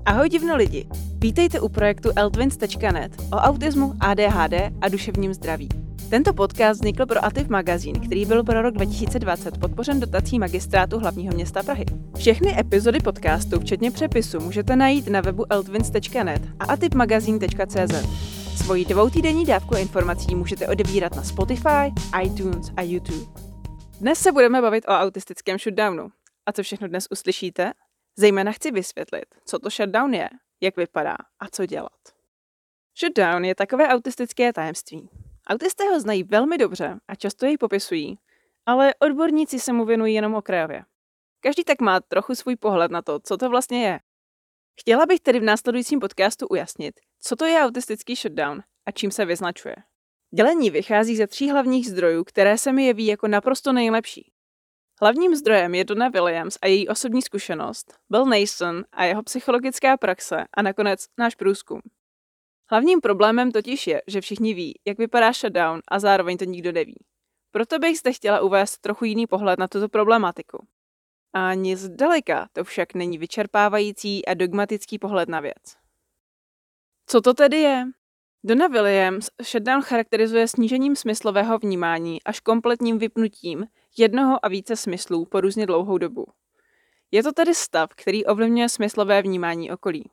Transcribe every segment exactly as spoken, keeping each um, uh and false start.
Ahoj divno lidi, vítejte u projektu eltwins tečka net o autismu, á dé há dé a duševním zdraví. Tento podcast vznikl pro Ativ magazín, který byl pro rok dva tisíce dvacet podpořen dotací Magistrátu hlavního města Prahy. Všechny epizody podcastu, včetně přepisu, můžete najít na webu eltwins tečka net a ativmagazin tečka cé zet. Svoji dvoutýdenní dávku informací můžete odebírat na Spotify, iTunes a YouTube. Dnes se budeme bavit o autistickém shutdownu. A co všechno dnes uslyšíte? Zejména chci vysvětlit, co to shutdown je, jak vypadá a co dělat. Shutdown je takové autistické tajemství. Autisté ho znají velmi dobře a často jej popisují, ale odborníci se mu věnují jenom okrajově. Každý tak má trochu svůj pohled na to, co to vlastně je. Chtěla bych tedy v následujícím podcastu ujasnit, co to je autistický shutdown a čím se vyznačuje. Dělení vychází ze tří hlavních zdrojů, které se mi jeví jako naprosto nejlepší. Hlavním zdrojem je Donna Williams a její osobní zkušenost, Bill Nason a jeho psychologická praxe a nakonec náš průzkum. Hlavním problémem totiž je, že všichni ví, jak vypadá shutdown a zároveň to nikdo neví. Proto bych zde chtěla uvést trochu jiný pohled na tuto problematiku. Ani zdaleka to však není vyčerpávající a dogmatický pohled na věc. Co to tedy je? Donna Williams shutdown charakterizuje snížením smyslového vnímání až kompletním vypnutím jednoho a více smyslů po různě dlouhou dobu. Je to tedy stav, který ovlivňuje smyslové vnímání okolí.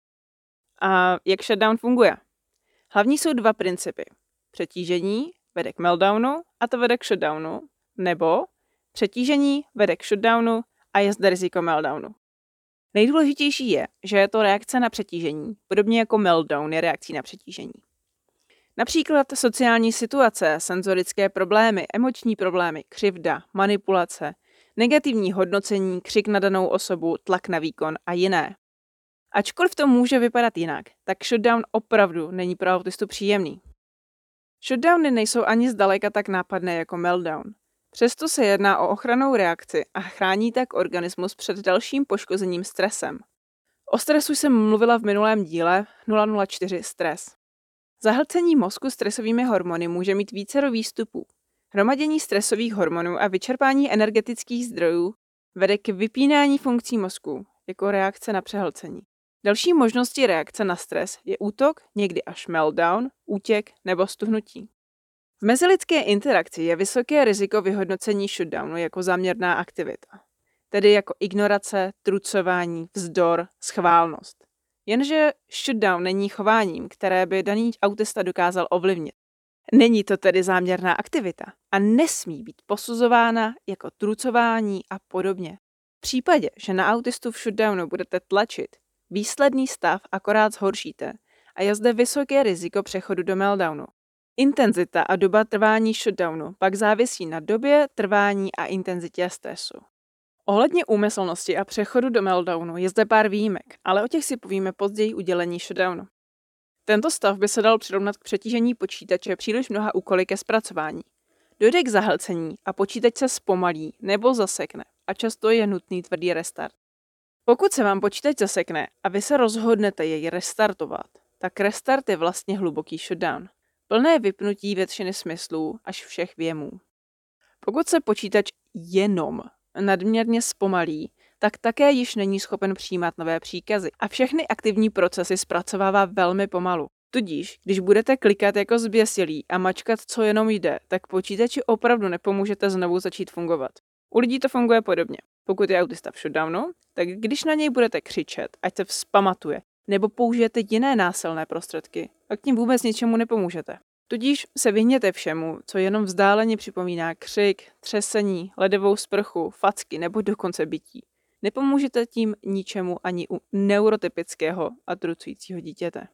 A jak shutdown funguje? Hlavní jsou dva principy. Přetížení vede k meltdownu a to vede k shutdownu, nebo přetížení vede k shutdownu a je zde riziko meltdownu. Nejdůležitější je, že je to reakce na přetížení, podobně jako meltdown je reakcí na přetížení. Například sociální situace, senzorické problémy, emoční problémy, křivda, manipulace, negativní hodnocení, křik na danou osobu, tlak na výkon a jiné. Ačkoliv to může vypadat jinak, tak shutdown opravdu není pro autistu příjemný. Shutdowny nejsou ani zdaleka tak nápadné jako meltdown. Přesto se jedná o ochrannou reakci a chrání tak organismus před dalším poškozením stresem. O stresu jsem mluvila v minulém díle nula nula čtyři stres. Zahlcení mozku stresovými hormony může mít vícero výstupů. Hromadění stresových hormonů a vyčerpání energetických zdrojů vede k vypínání funkcí mozku jako reakce na přehlcení. Další možností reakce na stres je útok, někdy až meltdown, útěk nebo stuhnutí. V mezilidské interakci je vysoké riziko vyhodnocení shutdownu jako záměrná aktivita, tedy jako ignorace, trucování, vzdor, schválnost. Jenže shutdown není chováním, které by daný autista dokázal ovlivnit. Není to tedy záměrná aktivita a nesmí být posuzována jako trucování a podobně. V případě, že na autistu v shutdownu budete tlačit, výsledný stav akorát zhoršíte a je zde vysoké riziko přechodu do meltdownu. Intenzita a doba trvání shutdownu pak závisí na době, trvání a intenzitě stresu. Ohledně úmyslnosti a přechodu do meltdownu je zde pár výjimek, ale o těch si povíme později u dělení shutdownu. Tento stav by se dal přirovnat k přetížení počítače příliš mnoha úkoly ke zpracování. Dojde k zahlcení a počítač se zpomalí nebo zasekne a často je nutný tvrdý restart. Pokud se vám počítač zasekne a vy se rozhodnete jej restartovat, tak restart je vlastně hluboký shutdown. Plné vypnutí většiny smyslů až všech věmů. Pokud se počítač jenom nadměrně zpomalí, tak také již není schopen přijímat nové příkazy a všechny aktivní procesy zpracovává velmi pomalu. Tudíž, když budete klikat jako zběsilí a mačkat, co jenom jde, tak počítači opravdu nepomůžete znovu začít fungovat. U lidí to funguje podobně. Pokud je autista v shutdownu, tak když na něj budete křičet, ať se vzpamatuje, nebo použijete jiné násilné prostředky, tak tím vůbec ničemu nepomůžete. Tudíž se vyhněte všemu, co jenom vzdáleně připomíná křik, třesení, ledovou sprchu, facky nebo dokonce bití. Nepomůžete tím ničemu ani u neurotypického a trucujícího dítěte.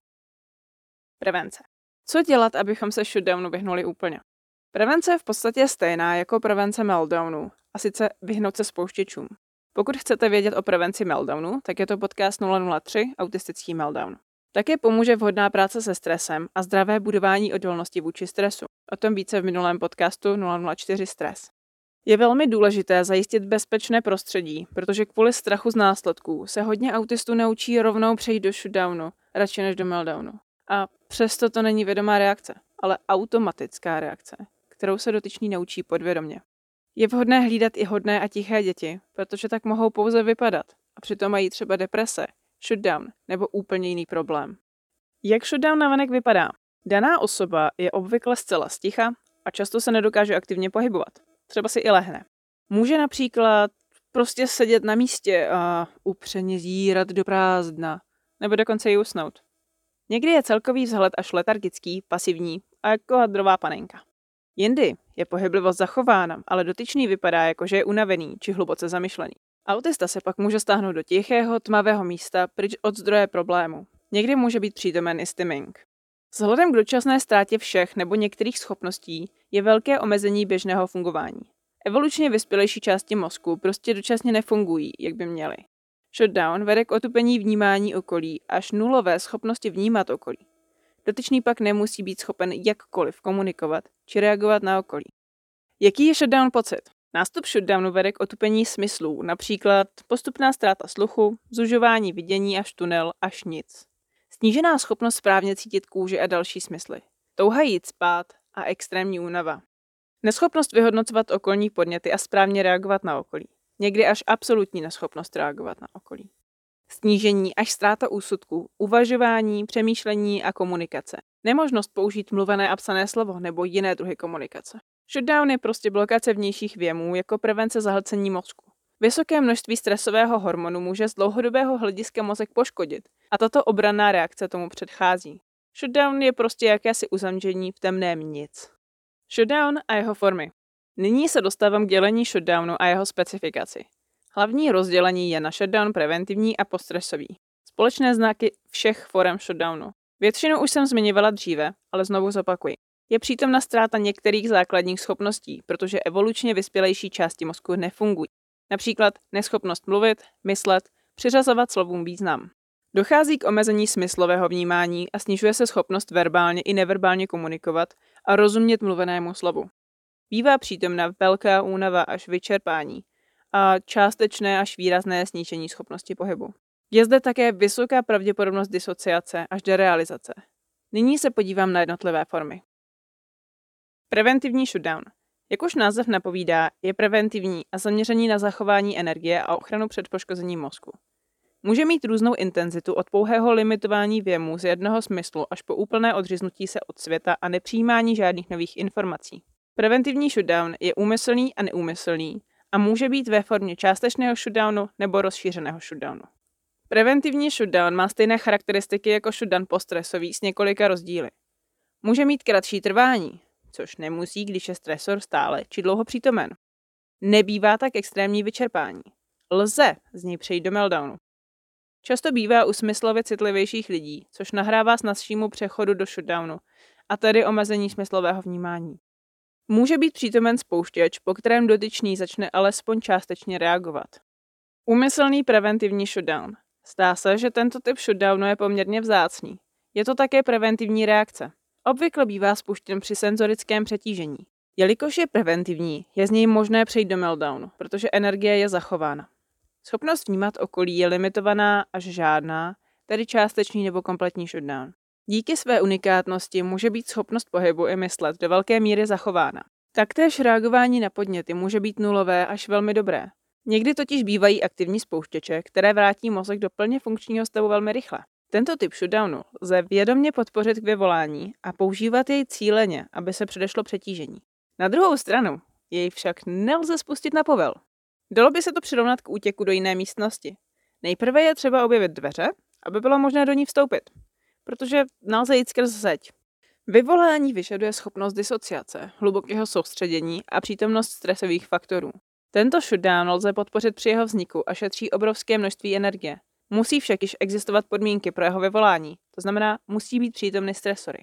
Prevence. Co dělat, abychom se shutdownu vyhnuli úplně? Prevence je v podstatě stejná jako prevence meltdownu, a sice vyhnout se spouštěčům. Pokud chcete vědět o prevenci meltdownu, tak je to podcast nula nula tři Autistický meltdown. Také pomůže vhodná práce se stresem a zdravé budování odolnosti vůči stresu. O tom více v minulém podcastu nula nula čtyři stres. Je velmi důležité zajistit bezpečné prostředí, protože kvůli strachu z následků se hodně autistů naučí rovnou přejít do shutdownu, radši než do meltdownu. A přesto to není vědomá reakce, ale automatická reakce, kterou se dotyčný naučí podvědomě. Je vhodné hlídat i hodné a tiché děti, protože tak mohou pouze vypadat a přitom mají třeba deprese, shutdown nebo úplně jiný problém. Jak shutdown navenek vypadá? Daná osoba je obvykle zcela sticha a často se nedokáže aktivně pohybovat. Třeba si i lehne. Může například prostě sedět na místě a upřeně zírat do prázdna, nebo dokonce i usnout. Někdy je celkový vzhled až letargický, pasivní a jako hadrová panenka. Jindy je pohyblivost zachována, ale dotyčný vypadá jako, že je unavený či hluboce zamyšlený. Autista se pak může stáhnout do tichého, tmavého místa pryč od zdroje problému. Někdy může být přítomen i stimming. Vzhledem k dočasné ztrátě všech nebo některých schopností je velké omezení běžného fungování. Evolučně vyspělejší části mozku prostě dočasně nefungují, jak by měly. Shutdown vede k otupení vnímání okolí až nulové schopnosti vnímat okolí. Dotyčný pak nemusí být schopen jakkoliv komunikovat či reagovat na okolí. Jaký je shutdown pocit? Nástup shutdownu vede k otupení smyslů, například postupná ztráta sluchu, zužování vidění až tunel až nic. Snížená schopnost správně cítit kůži a další smysly. Touha jít spát a extrémní únava. Neschopnost vyhodnocovat okolní podněty a správně reagovat na okolí. Někdy až absolutní neschopnost reagovat na okolí. Snížení až ztráta úsudku, uvažování, přemýšlení a komunikace. Nemožnost použít mluvené a psané slovo nebo jiné druhy komunikace. Shutdown je prostě blokace vnějších věmů jako prevence zahlcení mozku. Vysoké množství stresového hormonu může z dlouhodobého hlediska mozek poškodit a tato obranná reakce tomu předchází. Shutdown je prostě jakési uzamření v temném nic. Shutdown a jeho formy. Nyní se dostávám k dělení shutdownu a jeho specifikaci. Hlavní rozdělení je na shutdown preventivní a poststresový. Společné znaky všech forem shutdownu. Většinu už jsem zmiňovala dříve, ale znovu zopakuji. Je přítomna ztráta některých základních schopností, protože evolučně vyspělejší části mozku nefungují. Například neschopnost mluvit, myslet, přiřazovat slovům význam. Dochází k omezení smyslového vnímání a snižuje se schopnost verbálně i neverbálně komunikovat a rozumět mluvenému slovu. Bývá přítomna velká únava až vyčerpání a částečné až výrazné snížení schopnosti pohybu. Je zde také vysoká pravděpodobnost disociace až derealizace. Nyní se podívám na jednotlivé formy. Preventivní shutdown. Jak už název napovídá, je preventivní a zaměřený na zachování energie a ochranu před poškozením mozku. Může mít různou intenzitu od pouhého limitování věmů z jednoho smyslu až po úplné odříznutí se od světa a nepřijímání žádných nových informací. Preventivní shutdown je úmyslný a neúmyslný a může být ve formě částečného shutdownu nebo rozšířeného shutdownu. Preventivní shutdown má stejné charakteristiky jako shutdown poststresový s několika rozdíly. Může mít kratší trvání, což nemusí, když je stresor stále či dlouho přítomen. Nebývá tak extrémní vyčerpání. Lze z něj přejít do meltdownu. Často bývá u smyslově citlivějších lidí, což nahrává snazšímu přechodu do shutdownu, a tedy omezení smyslového vnímání. Může být přítomen spouštěč, po kterém dotyčný začne alespoň částečně reagovat. Úmyslný preventivní shutdown. Zdá se, že tento typ shutdownu je poměrně vzácný. Je to také preventivní reakce. Obvykle bývá spuštěn při senzorickém přetížení. Jelikož je preventivní, je z něj možné přejít do meltdownu, protože energie je zachována. Schopnost vnímat okolí je limitovaná až žádná, tedy částečný nebo kompletní shutdown. Díky své unikátnosti může být schopnost pohybu i myslet do velké míry zachována. Taktéž reagování na podněty může být nulové až velmi dobré. Někdy totiž bývají aktivní spouštěče, které vrátí mozek do plně funkčního stavu velmi rychle. Tento typ shutdownu lze vědomě podpořit k vyvolání a používat jej cíleně, aby se předešlo přetížení. Na druhou stranu jej však nelze spustit na povel. Dalo by se to přirovnat k útěku do jiné místnosti. Nejprve je třeba objevit dveře, aby bylo možné do ní vstoupit, protože nelze jít skrz zeď. Vyvolání vyžaduje schopnost disociace, hlubokého soustředění a přítomnost stresových faktorů. Tento shutdown lze podpořit při jeho vzniku a šetří obrovské množství energie. Musí však již existovat podmínky pro jeho vyvolání, to znamená, musí být přítomny stresory.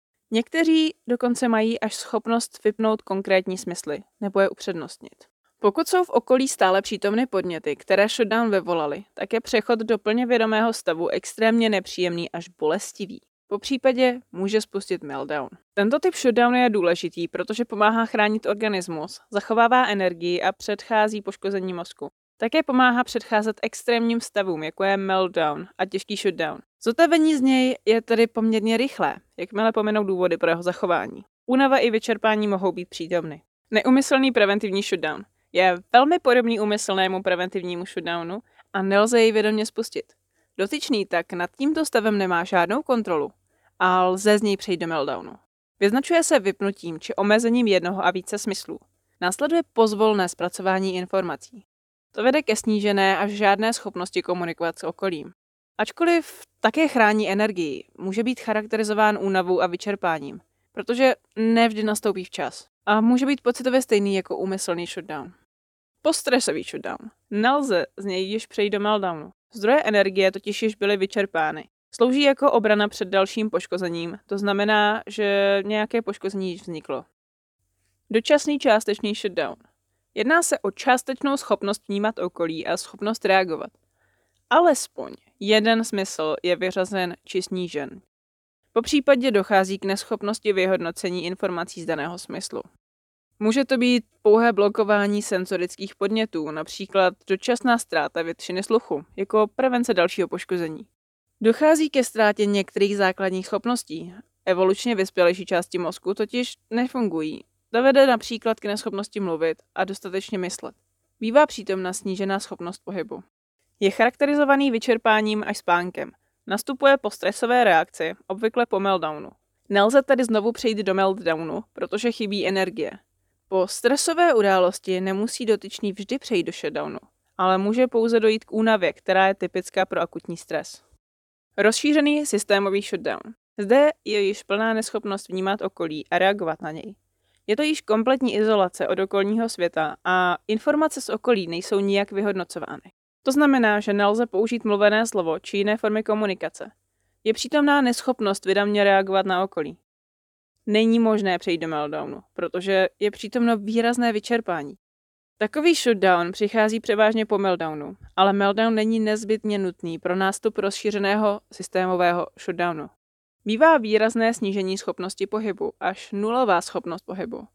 Někteří dokonce mají až schopnost vypnout konkrétní smysly nebo je upřednostnit. Pokud jsou v okolí stále přítomny podněty, které shutdown vyvolaly, tak je přechod do plně vědomého stavu extrémně nepříjemný až bolestivý. Po případě může spustit meltdown. Tento typ shutdownu je důležitý, protože pomáhá chránit organismus, zachovává energii a předchází poškození mozku. Také pomáhá předcházet extrémním stavům, jako je meltdown a těžký shutdown. Zotavení z něj je tedy poměrně rychlé, jakmile pominou důvody pro jeho zachování. Únava i vyčerpání mohou být přítomny. Neumyslný preventivní shutdown je velmi podobný úmyslnému preventivnímu shutdownu a nelze jej vědomě spustit. Dotyčný tak nad tímto stavem nemá žádnou kontrolu a lze z něj přejít do meltdownu. Vyznačuje se vypnutím či omezením jednoho a více smyslů. Následuje pozvolné zpracování informací. To vede ke snížené až žádné schopnosti komunikovat s okolím. Ačkoliv také chrání energii, může být charakterizován únavou a vyčerpáním, protože nevždy nastoupí včas a může být pocitově stejný jako úmyslný shutdown. Poststresový shutdown. Nelze z něj již přejít do meltdownu. Zdroje energie totiž již byly vyčerpány. Slouží jako obrana před dalším poškozením, to znamená, že nějaké poškození již vzniklo. Dočasný částečný shutdown. Jedná se o částečnou schopnost vnímat okolí a schopnost reagovat. Alespoň jeden smysl je vyřazen či snížen. Po případě dochází k neschopnosti vyhodnocení informací z daného smyslu. Může to být pouhé blokování senzorických podnětů, například dočasná ztráta většiny sluchu, jako prevence dalšího poškození. Dochází ke ztrátě některých základních schopností. Evolučně vyspělejší části mozku totiž nefungují. To vede například k neschopnosti mluvit a dostatečně myslet. Bývá přítomna snížená schopnost pohybu. Je charakterizovaný vyčerpáním až spánkem. Nastupuje po stresové reakci, obvykle po meltdownu. Nelze tedy znovu přejít do meltdownu, protože chybí energie. Po stresové události nemusí dotyčný vždy přejít do shutdownu, ale může pouze dojít k únavě, která je typická pro akutní stres. Rozšířený systémový shutdown. Zde je již plná neschopnost vnímat okolí a reagovat na něj. Je to již kompletní izolace od okolního světa a informace z okolí nejsou nijak vyhodnocovány. To znamená, že nelze použít mluvené slovo či jiné formy komunikace. Je přítomná neschopnost vědomě reagovat na okolí. Není možné přejít do meltdownu, protože je přítomno výrazné vyčerpání. Takový shutdown přichází převážně po meltdownu, ale meltdown není nezbytně nutný pro nástup rozšířeného systémového shutdownu. Bývá výrazné snížení schopnosti pohybu, až nulová schopnost pohybu.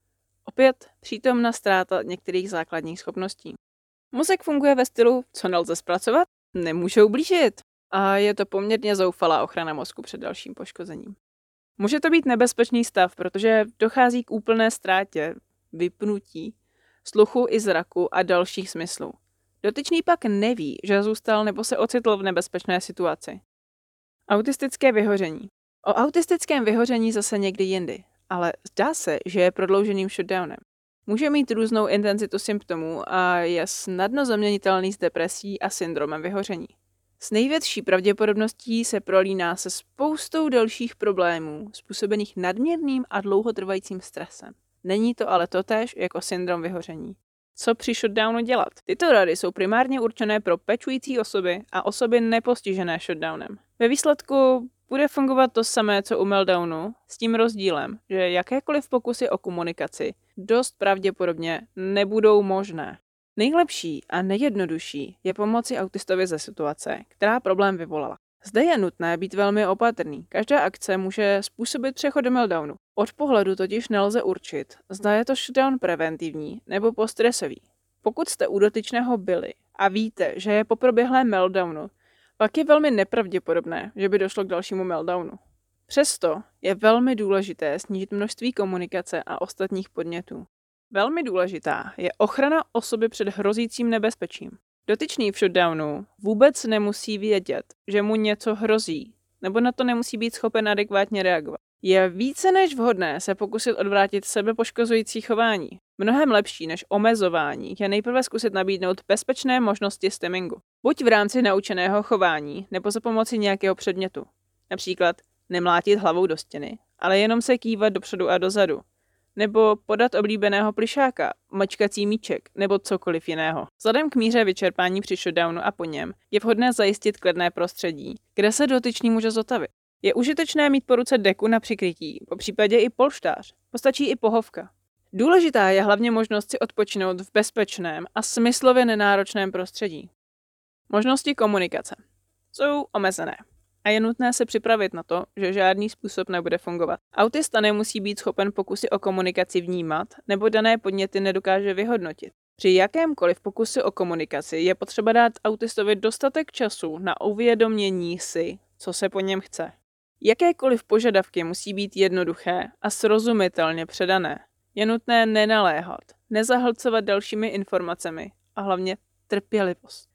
Opět přítomna ztráta některých základních schopností. Mozek funguje ve stylu, co nelze zpracovat, nemůže ublížit. A je to poměrně zoufalá ochrana mozku před dalším poškozením. Může to být nebezpečný stav, protože dochází k úplné ztrátě, vypnutí, sluchu i zraku a dalších smyslů. Dotyčný pak neví, že zůstal nebo se ocitl v nebezpečné situaci. Autistické vyhoření. O autistickém vyhoření zase někdy jindy, ale zdá se, že je prodlouženým shutdownem. Může mít různou intenzitu symptomů a je snadno zaměnitelný s depresí a syndromem vyhoření. S největší pravděpodobností se prolíná se spoustou dalších problémů způsobených nadměrným a dlouhotrvajícím stresem. Není to ale totéž jako syndrom vyhoření. Co při shutdownu dělat? Tyto rady jsou primárně určené pro pečující osoby a osoby nepostižené shutdownem. Ve výsledku bude fungovat to samé, co u meltdownu, s tím rozdílem, že jakékoliv pokusy o komunikaci dost pravděpodobně nebudou možné. Nejlepší a nejjednodušší je pomoci autistovi ze situace, která problém vyvolala. Zde je nutné být velmi opatrný. Každá akce může způsobit přechod do meltdownu. Od pohledu totiž nelze určit, zda je to shutdown preventivní nebo poststresový. Pokud jste u dotyčného byli a víte, že je po proběhlém meltdownu, pak je velmi nepravděpodobné, že by došlo k dalšímu meltdownu. Přesto je velmi důležité snížit množství komunikace a ostatních podnětů. Velmi důležitá je ochrana osoby před hrozícím nebezpečím. Dotyčný v shutdownu vůbec nemusí vědět, že mu něco hrozí, nebo na to nemusí být schopen adekvátně reagovat. Je více než vhodné se pokusit odvrátit sebepoškozující chování. Mnohem lepší než omezování je nejprve zkusit nabídnout bezpečné možnosti stemmingu. Buď v rámci naučeného chování, nebo za pomoci nějakého předmětu. Například nemlátit hlavou do stěny, ale jenom se kývat dopředu a dozadu. Nebo podat oblíbeného plyšáka, mačkací míček nebo cokoliv jiného. Vzhledem k míře vyčerpání při shutdownu a po něm je vhodné zajistit klidné prostředí, kde se dotyčný může zotavit. Je užitečné mít po ruce deku na přikrytí, po případě i polštář, postačí i pohovka. Důležitá je hlavně možnost si odpočinout v bezpečném a smyslově nenáročném prostředí. Možnosti komunikace jsou omezené. A je nutné se připravit na to, že žádný způsob nebude fungovat. Autista nemusí být schopen pokusy o komunikaci vnímat, nebo dané podněty nedokáže vyhodnotit. Při jakémkoliv pokusu o komunikaci je potřeba dát autistovi dostatek času na uvědomění si, co se po něm chce. Jakékoliv požadavky musí být jednoduché a srozumitelně předané. Je nutné nenaléhat, nezahlcovat dalšími informacemi a hlavně trpělivost.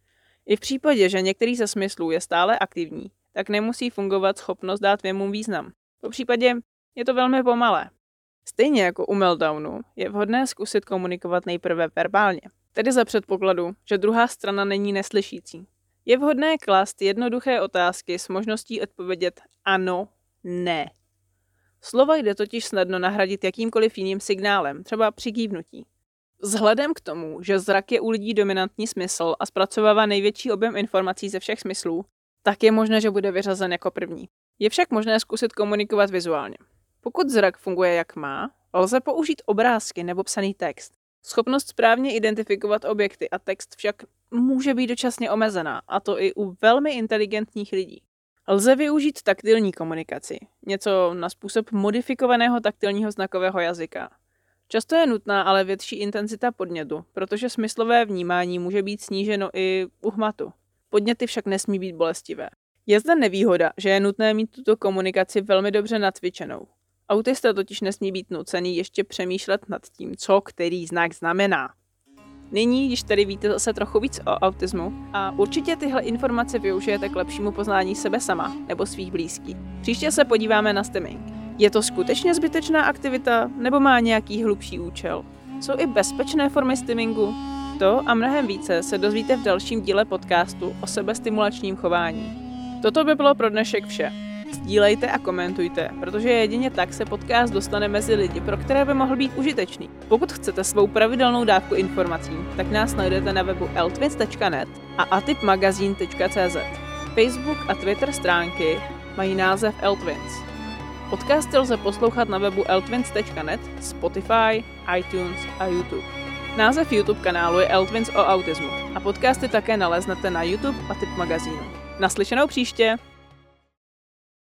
I v případě, že některý ze smyslů je stále aktivní, tak nemusí fungovat schopnost dát věmu význam. Po případě je to velmi pomalé. Stejně jako u meltdownu je vhodné zkusit komunikovat nejprve verbálně, tedy za předpokladu, že druhá strana není neslyšící. Je vhodné klást jednoduché otázky s možností odpovědět ano, ne. Slova jde totiž snadno nahradit jakýmkoliv jiným signálem, třeba přikývnutí. Vzhledem k tomu, že zrak je u lidí dominantní smysl a zpracovává největší objem informací ze všech smyslů, tak je možné, že bude vyřazen jako první. Je však možné zkusit komunikovat vizuálně. Pokud zrak funguje jak má, lze použít obrázky nebo psaný text. Schopnost správně identifikovat objekty a text však může být dočasně omezená, a to i u velmi inteligentních lidí. Lze využít taktilní komunikaci, něco na způsob modifikovaného taktilního znakového jazyka. Často je nutná ale větší intenzita podnětu, protože smyslové vnímání může být sníženo i u hmatu. Podněty však nesmí být bolestivé. Je zde nevýhoda, že je nutné mít tuto komunikaci velmi dobře nacvičenou. Autista totiž nesmí být nucený ještě přemýšlet nad tím, co který znak znamená. Nyní, když tady víte zase trochu víc o autismu a určitě tyhle informace využijete k lepšímu poznání sebe sama nebo svých blízkých. Příště se podíváme na stimming. Je to skutečně zbytečná aktivita nebo má nějaký hlubší účel? Jsou i bezpečné formy stimmingu? To a mnohem více se dozvíte v dalším díle podcastu o sebestimulačním chování. Toto by bylo pro dnešek vše. Sdílejte a komentujte, protože jedině tak se podcast dostane mezi lidi, pro které by mohl být užitečný. Pokud chcete svou pravidelnou dávku informací, tak nás najdete na webu eltwins tečka net a atipmagazine tečka cé zet. Facebook a Twitter stránky mají název Eltwins. Podcasty lze poslouchat na webu eltwins tečka net, Spotify, iTunes a YouTube. Název YouTube kanálu je Eltwins o autismu a podcasty také naleznete na YouTube a Tip magazínu. Naslyšenou příště!